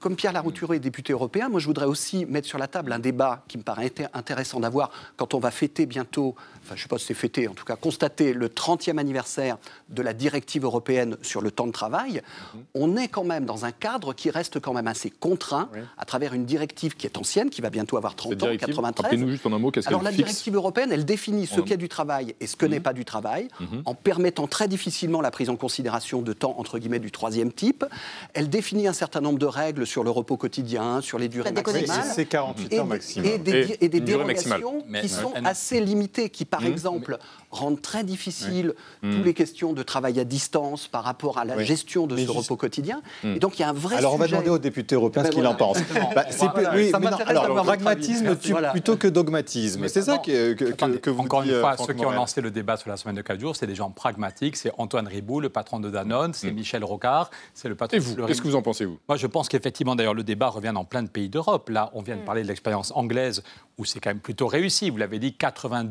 comme Pierre Larouturou est député européen, moi je voudrais aussi mettre sur la table un débat qui me paraît intéressant d'avoir quand on va fêter bientôt, enfin je ne sais pas si c'est fêter, en tout cas constater le 30e anniversaire de la directive européenne sur le temps de travail. On est quand même dans un cadre qui reste quand même assez contraint à travers une directive qui est ancienne, qui va bientôt avoir 30 ans, 93. Rappelez-nous juste en un mot qu'est-ce qu'elle Alors la fixe. directive européenne, elle définit ce qu'est du travail et ce que n'est pas du travail, en permettant très difficilement la prise en considération de temps entre guillemets du troisième type. Elle définit un certain nombre de règles sur le repos quotidien, sur les durées maximales. C'est 48 heures maximum. Et des dérogations qui sont assez limitées, qui par exemple rendent très difficile toutes les questions de travail à distance par rapport à la gestion de ce repos quotidien. Et donc il y a un vrai Alors on va sujet. demander aux députés européens ce qu'ils en pensent. Alors pragmatisme plutôt que dogmatisme. C'est ça que vous encore dites, une fois, Franck ceux qui ont Morel. lancé le débat sur la semaine de 4 jours, c'est des gens pragmatiques. C'est Antoine Riboud, le patron de Danone, c'est Michel Rocard, c'est le patron Et vous, qu'est-ce que vous en pensez, vous? Moi, je pense qu'effectivement, d'ailleurs, le débat revient dans plein de pays d'Europe. Là, on vient de parler de l'expérience anglaise, où c'est quand même plutôt réussi. Vous l'avez dit,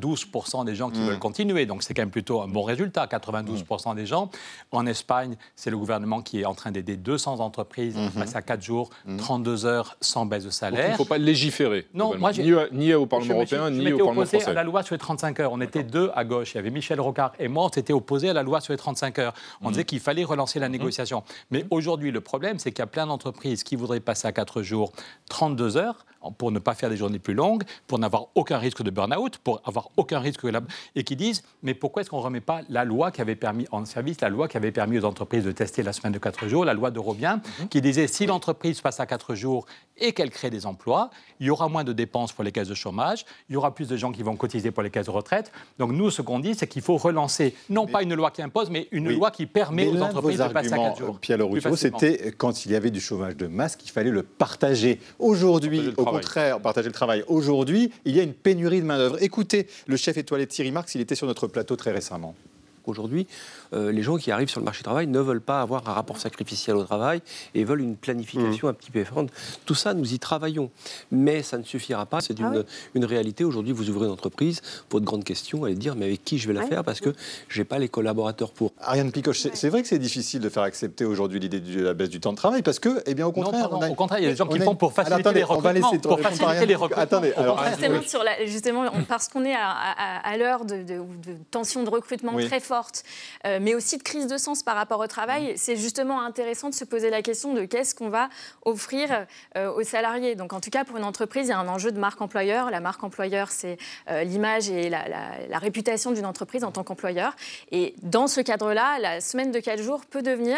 92% des gens qui veulent continuer. Donc, c'est quand même plutôt un bon résultat, 92% des gens. En Espagne, c'est le gouvernement qui est en train d'aider 200 entreprises à passer à 4 jours, 32 heures sans baisse de salaire. Donc, il ne faut pas légiférer. Non, moi, ni au Parlement européen, ni au Parlement opposé français. à la loi sur les 35 heures. On était deux à gauche. Il y avait Michel Rocard et moi. On s'était opposés à la loi sur les 35 heures. On disait qu'il fallait relancer la négociation. Mais aujourd'hui, le problème, c'est qu'il y a plein d'entreprises qui voudraient passer à 4 jours, 32 heures, pour ne pas faire des journées plus longues, pour n'avoir aucun risque de burn-out, pour avoir aucun risque et qui disent mais pourquoi est-ce qu'on ne remet pas la loi qui avait permis en service, la loi qui avait permis aux entreprises de tester la semaine de 4 jours, la loi d'Eurobien, qui disait si l'entreprise passe à 4 jours et qu'elle crée des emplois, il y aura moins de dépenses pour les caisses de chômage, il y aura plus de gens qui vont cotiser pour les caisses de retraite. Donc nous, ce qu'on dit, c'est qu'il faut relancer, non pas une loi qui impose, mais une loi qui permet aux entreprises de passer à 4 jours. Pierre Larouturou, c'était quand il y avait du chômage de masse qu'il fallait le partager. Aujourd'hui, au contraire, partager le travail. Aujourd'hui, il y a une pénurie de main-d'œuvre. Écoutez, le chef étoilé Thierry Marx, il était sur notre plateau très récemment. Aujourd'hui, les gens qui arrivent sur le marché du travail ne veulent pas avoir un rapport sacrificiel au travail et veulent une planification un petit peu différente. Tout ça, nous y travaillons. Mais ça ne suffira pas. C'est une réalité. Aujourd'hui, vous ouvrez une entreprise, votre grande question, elle est de dire mais avec qui je vais la faire parce que je n'ai pas les collaborateurs pour. Ariane Picoche, c'est vrai que c'est difficile de faire accepter aujourd'hui l'idée de la baisse du temps de travail parce que, eh bien, au contraire, au contraire, il y a des gens qui font pour faciliter les recrutements. Pour faciliter les recrutements. Attendez, justement, parce qu'on est à l'heure de tension de recrutement très forte, mais aussi de crise de sens par rapport au travail, c'est justement intéressant de se poser la question de qu'est-ce qu'on va offrir aux salariés. Donc en tout cas, pour une entreprise, il y a un enjeu de marque employeur. La marque employeur, c'est l'image et la réputation d'une entreprise en tant qu'employeur. Et dans ce cadre-là, la semaine de 4 jours peut devenir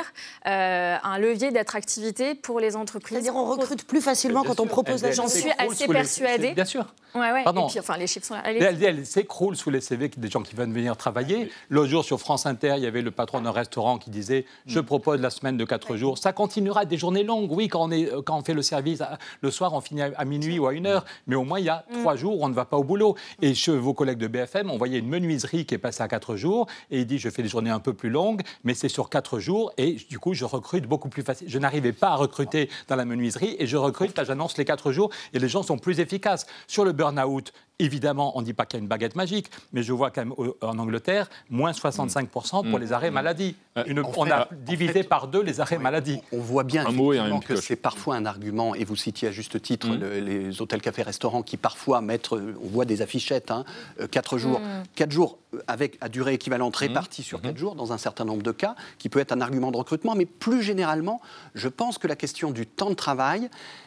un levier d'attractivité pour les entreprises. C'est-à-dire on recrute plus facilement quand on propose la J'en suis assez persuadée. Bien sûr. Ouais. Pardon. Et puis, enfin, les chiffres sont là. Elle s'écroule sous les CV des gens qui veulent venir travailler. L'autre jour, sur France Inter, il y avait le patron d'un restaurant qui disait « Je propose la semaine de 4 jours ». Ça continuera des journées longues. Oui, quand on fait le service, le soir, on finit à minuit ou à 1h. Mais au moins, il y a 3 jours où on ne va pas au boulot. Et chez vos collègues de BFM, on voyait une menuiserie qui est passée à 4 jours. Et il dit « Je fais des journées un peu plus longues, mais c'est sur 4 jours. Et du coup, je recrute beaucoup plus facile. Je n'arrivais pas à recruter dans la menuiserie. Et je recrute, là, j'annonce les 4 jours. Et les gens sont plus efficaces. Sur le burn-out, évidemment, on ne dit pas qu'il y a une baguette magique, mais je vois quand même en Angleterre, moins 65% pour les arrêts maladie. On a divisé par 2 les arrêts maladie. On voit bien que c'est parfois un argument, et vous citiez à juste titre les hôtels, cafés, restaurants qui parfois mettent, on voit des affichettes, 4 jours. 4 jours avec à durée équivalente répartie sur 4 jours, dans un certain nombre de cas, qui peut être un argument de recrutement, mais plus généralement, je pense que la question du temps de travail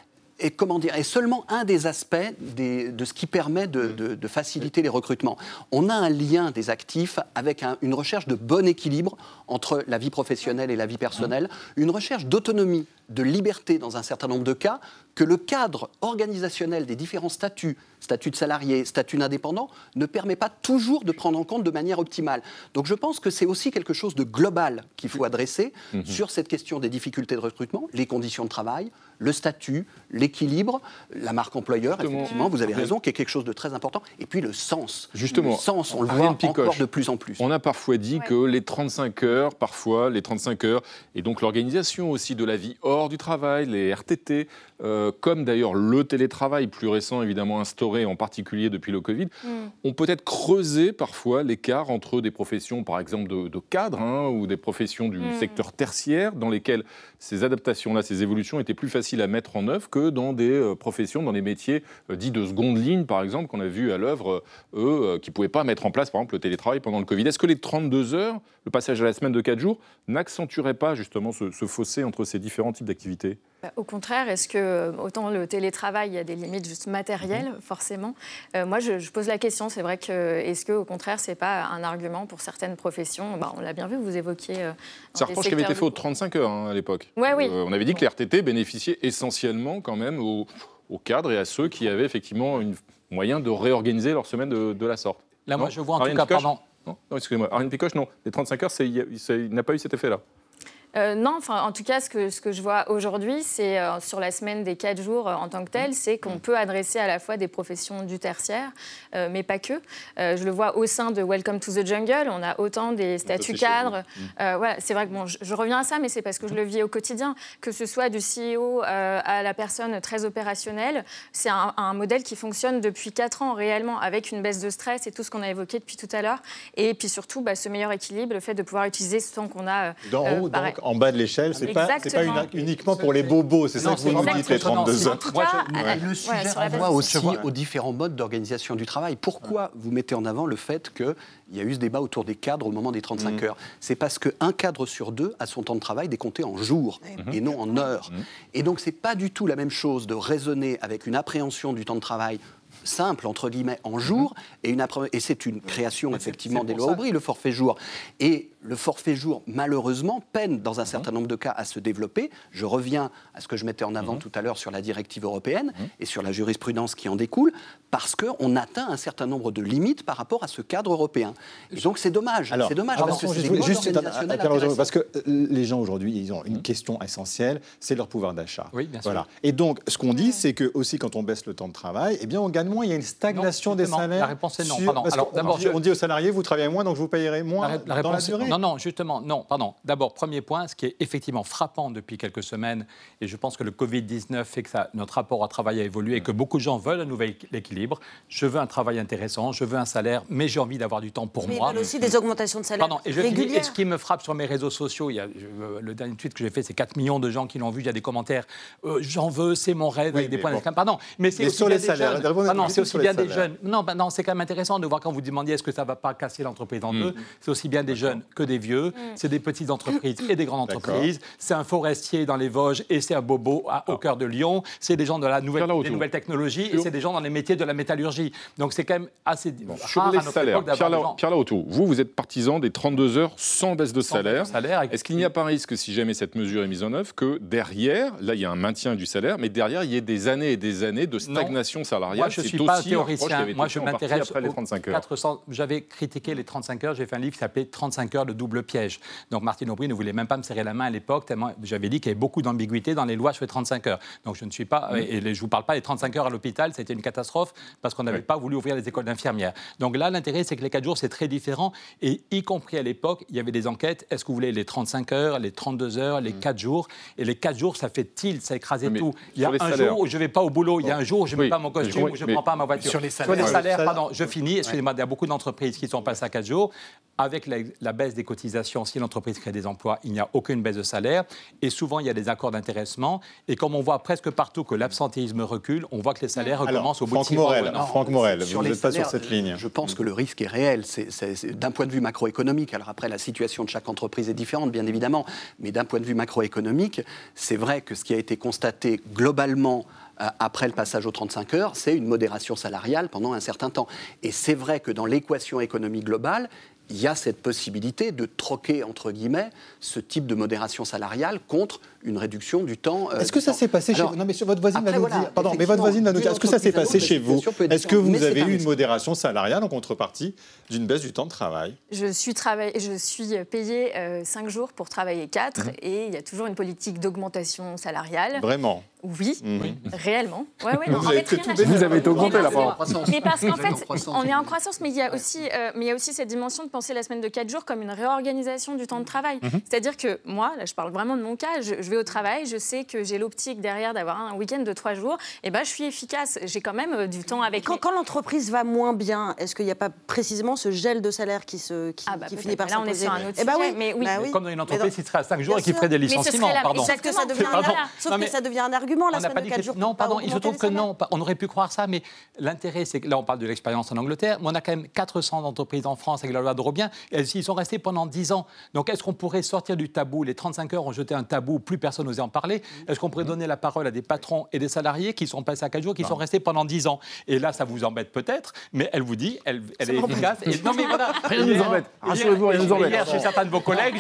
est seulement un des aspects de ce qui permet de faciliter les recrutements. On a un lien des actifs avec une recherche de bon équilibre entre la vie professionnelle et la vie personnelle, une recherche d'autonomie, de liberté dans un certain nombre de cas, que le cadre organisationnel des différents statuts de salarié, statut d'indépendant, ne permet pas toujours de prendre en compte de manière optimale. Donc je pense que c'est aussi quelque chose de global qu'il faut adresser sur cette question des difficultés de recrutement, les conditions de travail, le statut, l'équilibre, la marque employeur, effectivement, vous avez raison, qui est quelque chose de très important, et puis le sens. Justement, le sens, on le voit encore de plus en plus. On a parfois dit que les 35 heures, et donc l'organisation aussi de la vie hors hors du travail, les RTT, comme d'ailleurs le télétravail plus récent évidemment instauré en particulier depuis le Covid, ont peut-être creusé parfois l'écart entre des professions par exemple de cadres ou des professions du secteur tertiaire dans lesquelles ces adaptations-là, ces évolutions étaient plus faciles à mettre en œuvre que dans des professions, dans des métiers dits de seconde ligne par exemple, qu'on a vu à l'œuvre, eux, qui ne pouvaient pas mettre en place par exemple le télétravail pendant le Covid. Est-ce que les 32 heures, le passage à la semaine de 4 jours, n'accentuerait pas justement ce fossé entre ces différents types d'activités ? Au contraire, est-ce que, autant le télétravail, il y a des limites juste matérielles, forcément. Moi, je pose la question, c'est vrai que, est-ce qu'au contraire, ce n'est pas un argument pour certaines professions ? On l'a bien vu, vous évoquiez... C'est un reproche qui avait été fait aux 35 heures à l'époque. Ouais, oui. On avait dit que les RTT bénéficiaient essentiellement quand même aux cadres et à ceux qui avaient effectivement un moyen de réorganiser leur semaine de la sorte. Là, moi, je vois en tout cas, pardon. Non, excusez-moi, Ariane Picoche, non. Les 35 heures, il n'a pas eu cet effet-là. Non, en tout cas, ce que je vois aujourd'hui, c'est sur la semaine des 4 jours en tant que telle, c'est qu'on peut adresser à la fois des professions du tertiaire, mais pas que. Je le vois au sein de Welcome to the Jungle, on a autant des statuts cadres. Voilà, c'est vrai que je reviens à ça, mais c'est parce que je le vis au quotidien. Que ce soit du CEO à la personne très opérationnelle, c'est un modèle qui fonctionne depuis 4 ans réellement, avec une baisse de stress et tout ce qu'on a évoqué depuis tout à l'heure. Et puis surtout, ce meilleur équilibre, le fait de pouvoir utiliser ce temps qu'on a... D'en haut, donc, en bas de l'échelle, c'est pas uniquement pour les bobos, c'est ça que vous nous dites, les 32 heures. Le sujet renvoie aussi aux différents modes d'organisation du travail. Pourquoi vous mettez en avant le fait qu'il y a eu ce débat autour des cadres au moment des 35 heures ? C'est parce qu'un cadre sur 2 a son temps de travail décompté en jours et non en heures. Et donc, c'est pas du tout la même chose de raisonner avec une appréhension du temps de travail simple, entre guillemets, en jours, et c'est une création, effectivement, des lois Aubry, le forfait jour. Et le forfait jour, malheureusement, peine, dans un certain nombre de cas, à se développer. Je reviens à ce que je mettais en avant tout à l'heure sur la directive européenne et sur la jurisprudence qui en découle, parce qu'on atteint un certain nombre de limites par rapport à ce cadre européen. Et donc, c'est dommage. Alors, c'est dommage, parce que c'est parce que les gens, aujourd'hui, ils ont une question essentielle, c'est leur pouvoir d'achat. Oui, bien sûr. Voilà. Et donc, ce qu'on dit, c'est que aussi, quand on baisse le temps de travail, eh bien, on gagne moins, il y a une stagnation des salaires. La réponse est non. Pardon. Alors, on dit aux salariés, vous travaillez moins, donc vous payerez moins dans la durée. Non, justement, non, pardon. D'abord, premier point, ce qui est effectivement frappant depuis quelques semaines, et je pense que le Covid-19 fait que notre rapport au travail a évolué et que beaucoup de gens veulent un nouvel équilibre. Je veux un travail intéressant, je veux un salaire, mais j'ai envie d'avoir du temps pour moi. Mais ils veulent aussi des augmentations de salaire régulières. Et ce qui me frappe sur mes réseaux sociaux, le dernier tweet que j'ai fait, c'est 4 millions de gens qui l'ont vu, il y a des commentaires, j'en veux, c'est mon rêve, avec des points d'exclamation. Pardon, mais c'est aussi bien des jeunes. C'est aussi bien des jeunes. Non, c'est quand même intéressant de voir quand vous demandiez est-ce que ça ne va pas casser l'entreprise en deux. C'est aussi bien des jeunes que des vieux. C'est des petites entreprises et des grandes entreprises. C'est un forestier dans les Vosges et c'est un bobo au cœur de Lyon. C'est des gens de des nouvelles technologies et c'est des gens dans les métiers de la métallurgie. Donc c'est quand même assez rare à notre époque d'avoir Pierre Laoto, vous êtes partisan des 32 heures sans baisse de salaire. Est-ce qu'il n'y a pas un risque, si jamais cette mesure est mise en œuvre, que derrière, là il y a un maintien du salaire, mais derrière il y ait des années et des années de stagnation salariale? Moi je ne suis pas un théoricien. Moi je m'intéresse aux 400. J'avais critiqué les 35 heures. J'ai fait un livre qui s'appelait 35 heures, le double piège. Donc Martine Aubry ne voulait même pas me serrer la main à l'époque, tellement j'avais dit qu'il y avait beaucoup d'ambiguïté dans les lois sur les 35 heures. Donc je ne suis pas, et je ne vous parle pas des 35 heures à l'hôpital, c'était une catastrophe parce qu'on n'avait pas voulu ouvrir les écoles d'infirmières. Donc là, l'intérêt, c'est que les 4 jours, c'est très différent. Et y compris à l'époque, il y avait des enquêtes, est-ce que vous voulez les 35 heures, les 32 heures, les 4 jours? Et les 4 jours, ça fait tilt, ça écrasait tout. Il y a un jour où je ne vais pas au boulot, il y a un jour où je ne mets pas mon costume, où je ne prends pas ma voiture. Sur les salaires, pardon, je finis, excusez-moi, il y a beaucoup d'entreprises qui sont passées à 4 jours. Avec la baisse des cotisations, si l'entreprise crée des emplois, il n'y a aucune baisse de salaire. Et souvent, il y a des accords d'intéressement. Et comme on voit presque partout que l'absentéisme recule, on voit que les salaires recommencent au bout de 6 mois. Franck Morel, vous n'êtes pas sur cette ligne. Je pense que le risque est réel. C'est d'un point de vue macroéconomique. Alors après, la situation de chaque entreprise est différente, bien évidemment. Mais d'un point de vue macroéconomique, c'est vrai que ce qui a été constaté globalement après le passage aux 35 heures, c'est une modération salariale pendant un certain temps. Et c'est vrai que dans l'équation économique globale, il y a cette possibilité de troquer, entre guillemets, ce type de modération salariale contre une réduction du temps. Est-ce que ça s'est passé chez vous? Non, mais votre voisine va nous dire. Pardon, mais votre voisine va nous dire. Est-ce que ça s'est passé chez vous? Est-ce que vous avez eu une modération salariale en contrepartie d'une baisse du temps de travail? Je suis payée 5 jours pour travailler 4 et il y a toujours une politique d'augmentation salariale. Vraiment? Oui, réellement. Vous avez été augmenté là, par mais parce qu'en fait, on est en croissance, mais il y a aussi cette dimension de penser la semaine de 4 jours comme une réorganisation du temps de travail. C'est-à-dire que moi, là, je parle vraiment de mon cas, je vais au travail, je sais que j'ai l'optique derrière d'avoir un week-end de 3 jours, et je suis efficace. J'ai quand même du temps avec... Quand l'entreprise va moins bien, est-ce qu'il n'y a pas précisément ce gel de salaire qui finit par s'imposer ? Là, on est sur un autre sujet, mais oui. Comme dans une entreprise qui serait à 5 jours et qui ferait des licenciements, pardon. Sauf que ça devient un argument, la semaine de 4 jours. Non, pardon, il se trouve que non, on aurait pu croire ça, mais l'intérêt, c'est que là, on parle de l'expérience en Angleterre, mais on a quand même 400 entreprises en France avec la loi de Robien, et ils sont restés pendant 10 ans. Donc, est-ce qu'on pourrait sortir du tabou ? Les 35 heures ont jeté un tabou, plus personne n'osait en parler. Est-ce qu'on pourrait donner la parole à des patrons et des salariés qui sont passés à 4 jours, qui sont restés pendant 10 ans ? Et là, ça vous embête peut-être, mais elle vous dit, elle est efficace. Et non, mais voilà. Rien ne nous embête. Rassurez-vous, rien ne nous embête. Hier, chez certains de vos collègues,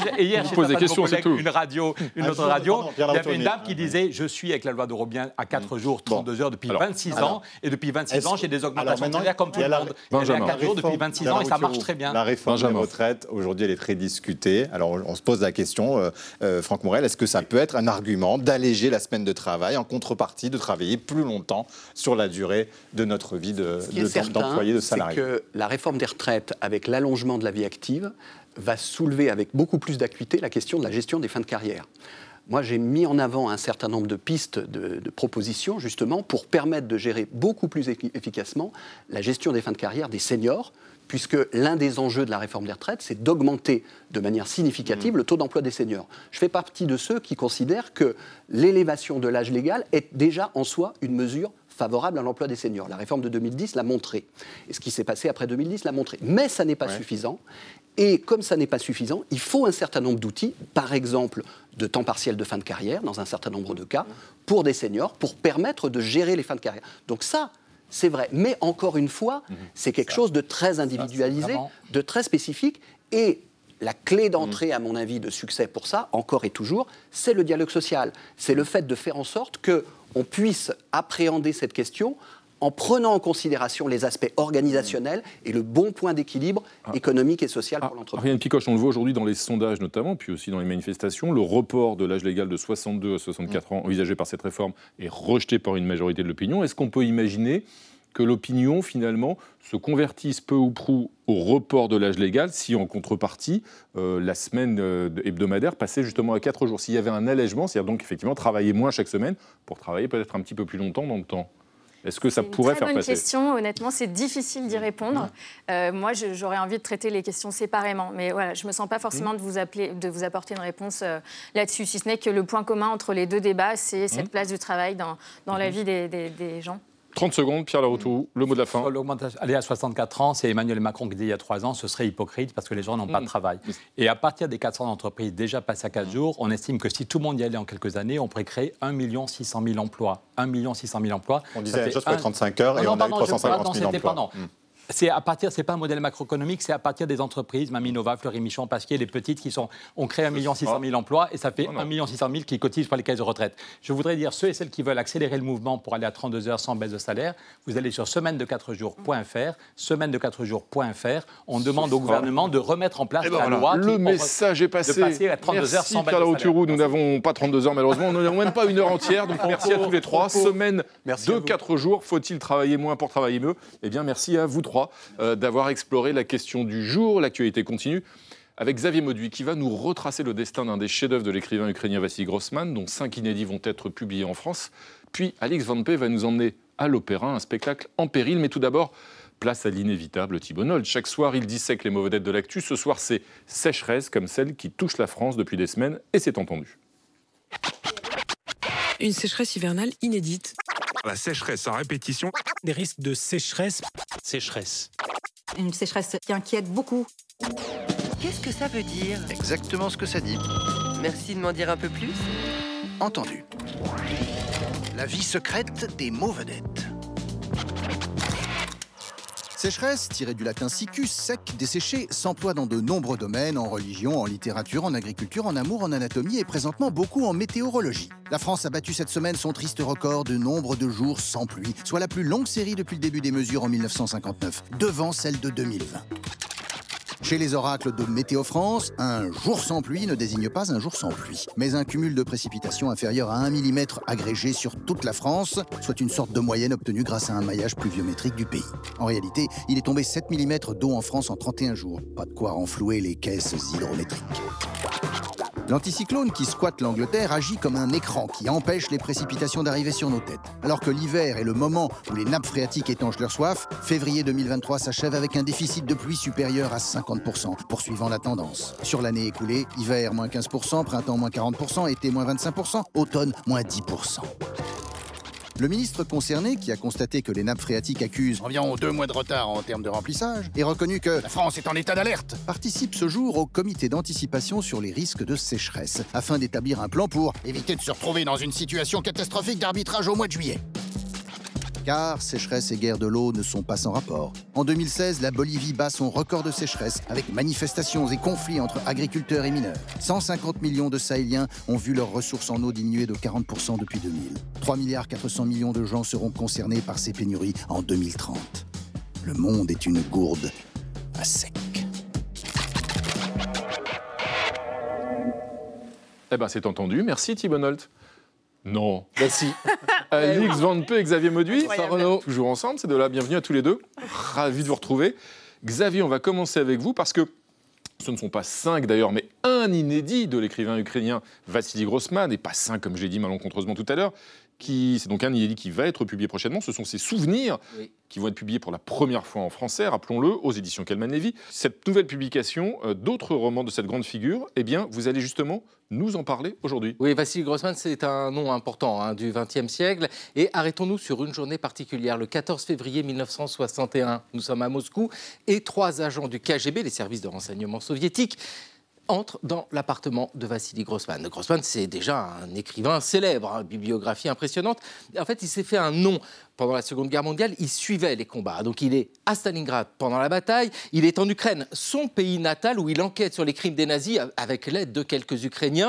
une autre radio, il y avait une dame qui disait, je suis avec la loi de Robien à 4 jours, 32 heures depuis 26 ans, et depuis 26 ans, j'ai des augmentations de salaire comme tout le monde. Elle est à 4 jours depuis 26 ans et ça marche très bien. La réforme des retraites, aujourd'hui, elle est très discutée. Alors, on se pose la question, Franck Morel, est-ce que ça peut être un argument d'alléger la semaine de travail en contrepartie de travailler plus longtemps sur la durée de notre vie d'employé, de salarié ? C'est que la réforme des retraites, avec l'allongement de la vie active, va soulever avec beaucoup plus d'acuité la question de la gestion des fins de carrière. Moi, j'ai mis en avant un certain nombre de pistes, de propositions, justement, pour permettre de gérer beaucoup plus efficacement la gestion des fins de carrière des seniors, puisque l'un des enjeux de la réforme des retraites, c'est d'augmenter de manière significative le taux d'emploi des seniors. Je fais partie de ceux qui considèrent que l'élévation de l'âge légal est déjà en soi une mesure favorable à l'emploi des seniors. La réforme de 2010 l'a montré. Et ce qui s'est passé après 2010 l'a montré. Mais ça n'est pas suffisant. Et comme ça n'est pas suffisant, il faut un certain nombre d'outils, par exemple de temps partiel de fin de carrière, dans un certain nombre de cas, pour des seniors, pour permettre de gérer les fins de carrière. Donc ça, c'est vrai. Mais encore une fois, c'est quelque chose de très individualisé, de très spécifique. Et la clé d'entrée, à mon avis, de succès pour ça, encore et toujours, c'est le dialogue social. C'est le fait de faire en sorte qu'on puisse appréhender cette question en prenant en considération les aspects organisationnels et le bon point d'équilibre économique et social pour l'entreprise. Ariane Picoche, on le voit aujourd'hui dans les sondages notamment, puis aussi dans les manifestations, le report de l'âge légal de 62 à 64 ans envisagé par cette réforme est rejeté par une majorité de l'opinion. Est-ce qu'on peut imaginer que l'opinion, finalement, se convertisse peu ou prou au report de l'âge légal si, en contrepartie, la semaine hebdomadaire passait justement à 4 jours ? S'il y avait un allègement, c'est-à-dire donc effectivement travailler moins chaque semaine pour travailler peut-être un petit peu plus longtemps dans le temps. Est-ce que ça pourrait faire passer ? C'est une très bonne question. Honnêtement, c'est difficile d'y répondre. Moi, j'aurais envie de traiter les questions séparément. Mais voilà, je ne me sens pas forcément de vous apporter une réponse là-dessus. Si ce n'est que le point commun entre les deux débats, c'est cette place du travail dans la vie des gens. 30 secondes, Pierre Laroutourou, le mot de la fin. Aller à 64 ans, c'est Emmanuel Macron qui dit il y a 3 ans, ce serait hypocrite parce que les gens n'ont pas de travail. Et à partir des 400 entreprises déjà passées à 4 jours, on estime que si tout le monde y allait en quelques années, on pourrait créer 1 600 000 emplois. 1 600 000 emplois. On disait la même chose pour les 35 heures et on a eu 350 000 emplois. C'est pas un modèle macroéconomique, c'est à partir des entreprises, Maminova, Fleury-Michon, Pasquier, les petites qui ont créé 1 600 000 emplois et ça fait 1 600 000 qui cotisent pour les caisses de retraite. Je voudrais dire, ceux et celles qui veulent accélérer le mouvement pour aller à 32 heures sans baisse de salaire, vous allez sur semaine-de-4jours.fr, on demande au gouvernement de remettre en place la loi le message est passé. De passer à 32 heures sans baisse Pierre de Laroutourou, nous n'avons pas 32 heures malheureusement, nous n'avons même pas une heure entière, donc merci à tous les trois. Semaine de 4 jours, faut-il travailler moins pour travailler mieux ? Eh bien merci à vous trois d'avoir exploré la question du jour. L'actualité continue avec Xavier Mauduit qui va nous retracer le destin d'un des chefs-d'œuvre de l'écrivain ukrainien Vassili Grossman, dont 5 inédits vont être publiés en France. Puis Alix Van Pé va nous emmener à l'Opéra, un spectacle en péril. Mais tout d'abord, place à l'inévitable Thibault Nolte. Chaque soir, il dissèque les mauvaises dettes de l'actu. Ce soir, c'est sécheresse comme celle qui touche la France depuis des semaines, et c'est entendu. Une sécheresse hivernale inédite. La sécheresse en répétition. Des risques de sécheresse. Sécheresse. Une sécheresse qui inquiète beaucoup. Qu'est-ce que ça veut dire ? Exactement ce que ça dit. Merci de m'en dire un peu plus. Entendu. La vie secrète des maux vedettes. Sécheresse, tirée du latin siccus, sec, desséché, s'emploie dans de nombreux domaines, en religion, en littérature, en agriculture, en amour, en anatomie et présentement beaucoup en météorologie. La France a battu cette semaine son triste record de nombre de jours sans pluie, soit la plus longue série depuis le début des mesures en 1959, devant celle de 2020. Chez les oracles de Météo France, un jour sans pluie ne désigne pas un jour sans pluie, mais un cumul de précipitations inférieur à 1 mm agrégé sur toute la France, soit une sorte de moyenne obtenue grâce à un maillage pluviométrique du pays. En réalité, il est tombé 7 mm d'eau en France en 31 jours. Pas de quoi renflouer les caisses hydrométriques. L'anticyclone qui squatte l'Angleterre agit comme un écran qui empêche les précipitations d'arriver sur nos têtes. Alors que l'hiver est le moment où les nappes phréatiques étanchent leur soif, février 2023 s'achève avec un déficit de pluie supérieur à 50%, poursuivant la tendance. Sur l'année écoulée, hiver moins 15%, printemps moins 40%, été moins 25%, automne moins 10%. Le ministre concerné, qui a constaté que les nappes phréatiques accusent environ 2 mois de retard en termes de remplissage, et reconnu que la France est en état d'alerte, participe ce jour au comité d'anticipation sur les risques de sécheresse, afin d'établir un plan pour éviter de se retrouver dans une situation catastrophique d'arbitrage au mois de juillet. Car sécheresse et guerre de l'eau ne sont pas sans rapport. En 2016, la Bolivie bat son record de sécheresse avec manifestations et conflits entre agriculteurs et mineurs. 150 millions de Sahéliens ont vu leurs ressources en eau diminuer de 40% depuis 2000. 3,4 milliards de gens seront concernés par ces pénuries en 2030. Le monde est une gourde à sec. Eh ben, c'est entendu. Merci, Thibault Holt. Non. Merci. Alix Van Peu et Xavier Mauduit, toujours ensemble, c'est de là. Bienvenue à tous les deux. Ravi de vous retrouver. Xavier, on va commencer avec vous parce que ce ne sont pas 5 d'ailleurs, mais un inédit de l'écrivain ukrainien Vassili Grossman, et pas 5 comme je l'ai dit malencontreusement tout à l'heure. C'est donc un inédit qui va être publié prochainement. Ce sont ses souvenirs qui vont être publiés pour la première fois en français, rappelons-le, aux éditions Calman Levy. Cette nouvelle publication d'autres romans de cette grande figure, eh bien, vous allez justement nous en parler aujourd'hui. Oui, Vassili Grossman, c'est un nom important du XXe siècle. Et arrêtons-nous sur une journée particulière, le 14 février 1961. Nous sommes à Moscou et 3 agents du KGB, les services de renseignement soviétiques, entre dans l'appartement de Vassili Grossman. Grossman, c'est déjà un écrivain célèbre, bibliographie impressionnante. En fait, il s'est fait un nom pendant la Seconde Guerre mondiale. Il suivait les combats. Donc, il est à Stalingrad pendant la bataille. Il est en Ukraine, son pays natal, où il enquête sur les crimes des nazis avec l'aide de quelques Ukrainiens.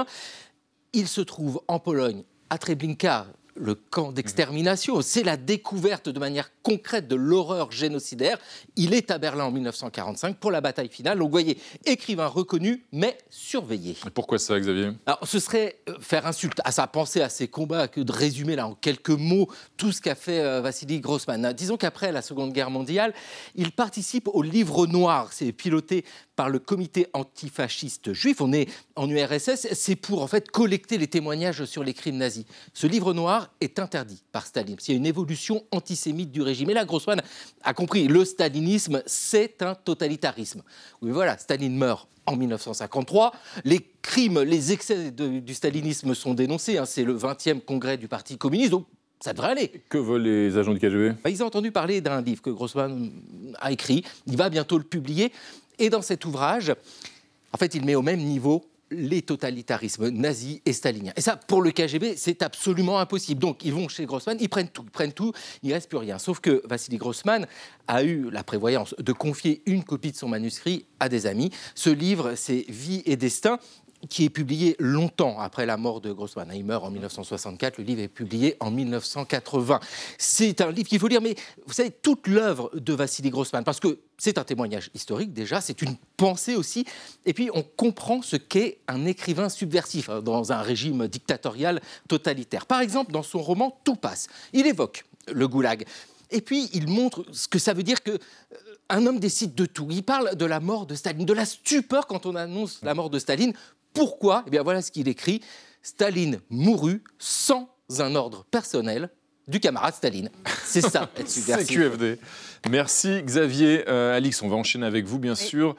Il se trouve en Pologne, à Treblinka, le camp d'extermination. C'est la découverte de manière concrète de l'horreur génocidaire. Il est à Berlin en 1945 pour la bataille finale. Donc, vous voyez, écrivain reconnu, mais surveillé. Et pourquoi ça, Xavier ? Alors, ce serait faire insulte à sa pensée, à ses combats, que de résumer là en quelques mots tout ce qu'a fait Vassili Grossman. Disons qu'après la Seconde Guerre mondiale, il participe au Livre Noir. C'est piloté par le comité antifasciste juif. On est en URSS. C'est pour, en fait, collecter les témoignages sur les crimes nazis. Ce Livre Noir est interdit par Staline. Il y a une évolution antisémite du régime. Et là, Grossman a compris, le stalinisme, c'est un totalitarisme. Oui, voilà, Staline meurt en 1953. Les crimes, les excès du stalinisme sont dénoncés. C'est le 20e congrès du Parti communiste, donc ça devrait aller. Que veulent les agents du KGB ? Ils ont entendu parler d'un livre que Grossman a écrit. Il va bientôt le publier. Et dans cet ouvrage, en fait, il met au même niveau les totalitarismes nazis et staliniens. Et ça, pour le KGB, c'est absolument impossible. Donc, ils vont chez Grossman, ils prennent tout, il ne reste plus rien. Sauf que Vassili Grossman a eu la prévoyance de confier une copie de son manuscrit à des amis. Ce livre, c'est Vie et Destin, qui est publié longtemps après la mort de Grossman. Il meurt en 1964, le livre est publié en 1980. C'est un livre qu'il faut lire, mais vous savez, toute l'œuvre de Vassili Grossman, parce que c'est un témoignage historique déjà, c'est une pensée aussi, et puis on comprend ce qu'est un écrivain subversif dans un régime dictatorial totalitaire. Par exemple, dans son roman « Tout passe », il évoque le goulag. Et puis, il montre ce que ça veut dire qu'un homme décide de tout. Il parle de la mort de Staline, de la stupeur quand on annonce la mort de Staline. Pourquoi ? Eh bien, voilà ce qu'il écrit. Staline mourut sans un ordre personnel du camarade Staline. C'est ça, être subversif. C'est QFD. Merci Xavier. Alix, on va enchaîner avec vous, bien sûr.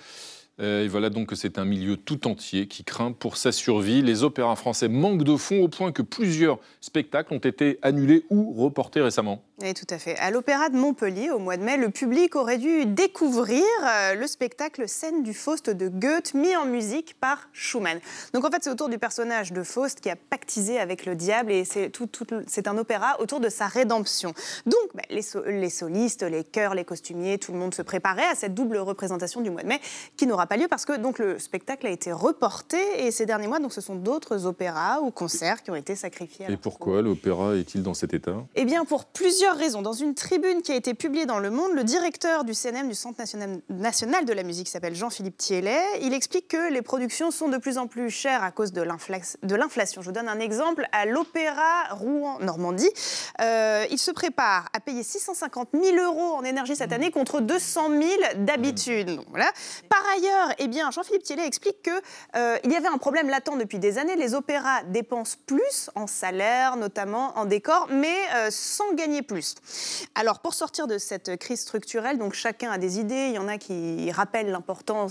Et voilà donc que c'est un milieu tout entier qui craint pour sa survie. Les opéras français manquent de fonds au point que plusieurs spectacles ont été annulés ou reportés récemment. Oui, tout à fait. À l'Opéra de Montpellier, au mois de mai, le public aurait dû découvrir le spectacle Scène du Faust de Goethe, mis en musique par Schumann. Donc en fait, c'est autour du personnage de Faust qui a pactisé avec le diable et c'est un opéra autour de sa rédemption. Donc les solistes, les chœurs, les costumiers, tout le monde se préparait à cette double représentation du mois de mai qui n'aura pas lieu parce que donc, le spectacle a été reporté et ces derniers mois, donc, ce sont d'autres opéras ou concerts qui ont été sacrifiés. Et pourquoi l'opéra est-il dans cet état ? Eh bien, pour plusieurs raisons. Dans une tribune qui a été publiée dans Le Monde, le directeur du CNM, du Centre national de la musique, qui s'appelle Jean-Philippe Thiellet, il explique que les productions sont de plus en plus chères à cause de l'inflation. Je vous donne un exemple. À l'Opéra Rouen-Normandie, il se prépare à payer 650 000 € en énergie cette année contre 200 000 d'habitude. Donc, voilà. Par ailleurs, eh bien, Jean-Philippe Thiellet explique qu'il y avait un problème latent depuis des années. Les opéras dépensent plus en salaire, notamment en décor, mais sans gagner plus. Alors, pour sortir de cette crise structurelle, donc chacun a des idées. Il y en a qui rappellent l'importance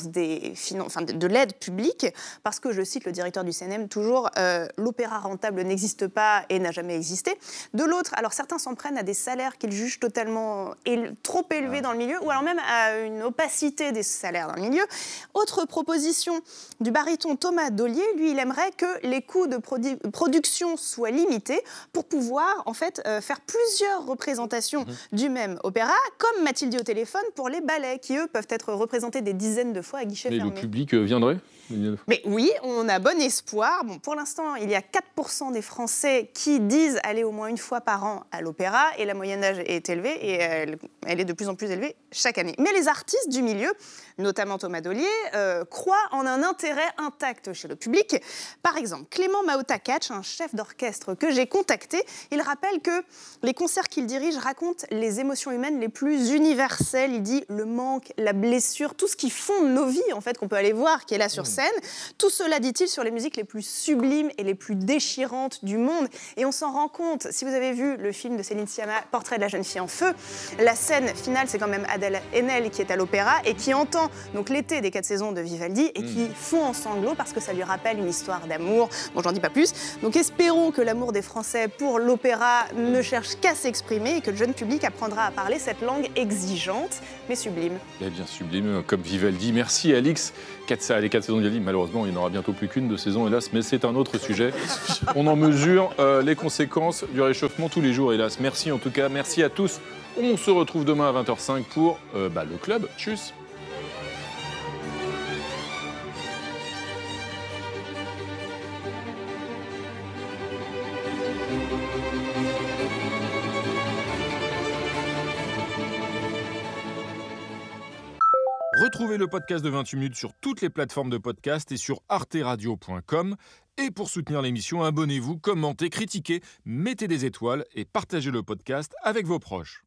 de l'aide publique, parce que, je cite le directeur du CNM, toujours, l'opéra rentable n'existe pas et n'a jamais existé. De l'autre, alors certains s'en prennent à des salaires qu'ils jugent totalement trop élevés dans le milieu, ou alors même à une opacité des salaires dans le milieu. Autre proposition du baryton Thomas Dollier, lui, il aimerait que les coûts de production soient limités pour pouvoir, en fait, faire plusieurs représentations du même opéra, comme Mathilde dit au téléphone pour les ballets, qui, eux, peuvent être représentés des dizaines de fois à guichet fermé. Mais le public viendrait ? Mais oui, on a bon espoir. Bon, pour l'instant, il y a 4% des Français qui disent aller au moins une fois par an à l'opéra, et la moyenne d'âge est élevée, et elle est de plus en plus élevée chaque année. Mais les artistes du milieu, notamment Thomas Dollier, croient en un intérêt intact chez le public. Par exemple, Clément Maota-Catch, un chef d'orchestre que j'ai contacté, il rappelle que les concerts qu'il dirige racontent les émotions humaines les plus universelles. Il dit le manque, la blessure, tout ce qui fonde nos vies, en fait, qu'on peut aller voir, qui est là sur scène. Tout cela, dit-il, sur les musiques les plus sublimes et les plus déchirantes du monde. Et on s'en rend compte, si vous avez vu le film de Céline Sciamma, Portrait de la jeune fille en feu, la scène finale, c'est quand même Adèle Haenel qui est à l'opéra et qui entend donc l'été des 4 saisons de Vivaldi et qui fond en sanglots parce que ça lui rappelle une histoire d'amour. Bon, j'en dis pas plus. Donc espérons que l'amour des Français pour l'opéra ne cherche qu'à s'exprimer et que le jeune public apprendra à parler cette langue exigeante mais sublime. Eh bien, sublime, comme Vivaldi. Merci, Alix. Les 4 saisons de Vivaldi, malheureusement, il n'y en aura bientôt plus qu'une de saison, hélas, mais c'est un autre sujet. On en mesure les conséquences du réchauffement tous les jours, hélas. Merci en tout cas, merci à tous. On se retrouve demain à 20h05 pour le club. Tchuss. Retrouvez le podcast de 28 minutes sur toutes les plateformes de podcast et sur arteradio.com. Et pour soutenir l'émission, abonnez-vous, commentez, critiquez, mettez des étoiles et partagez le podcast avec vos proches.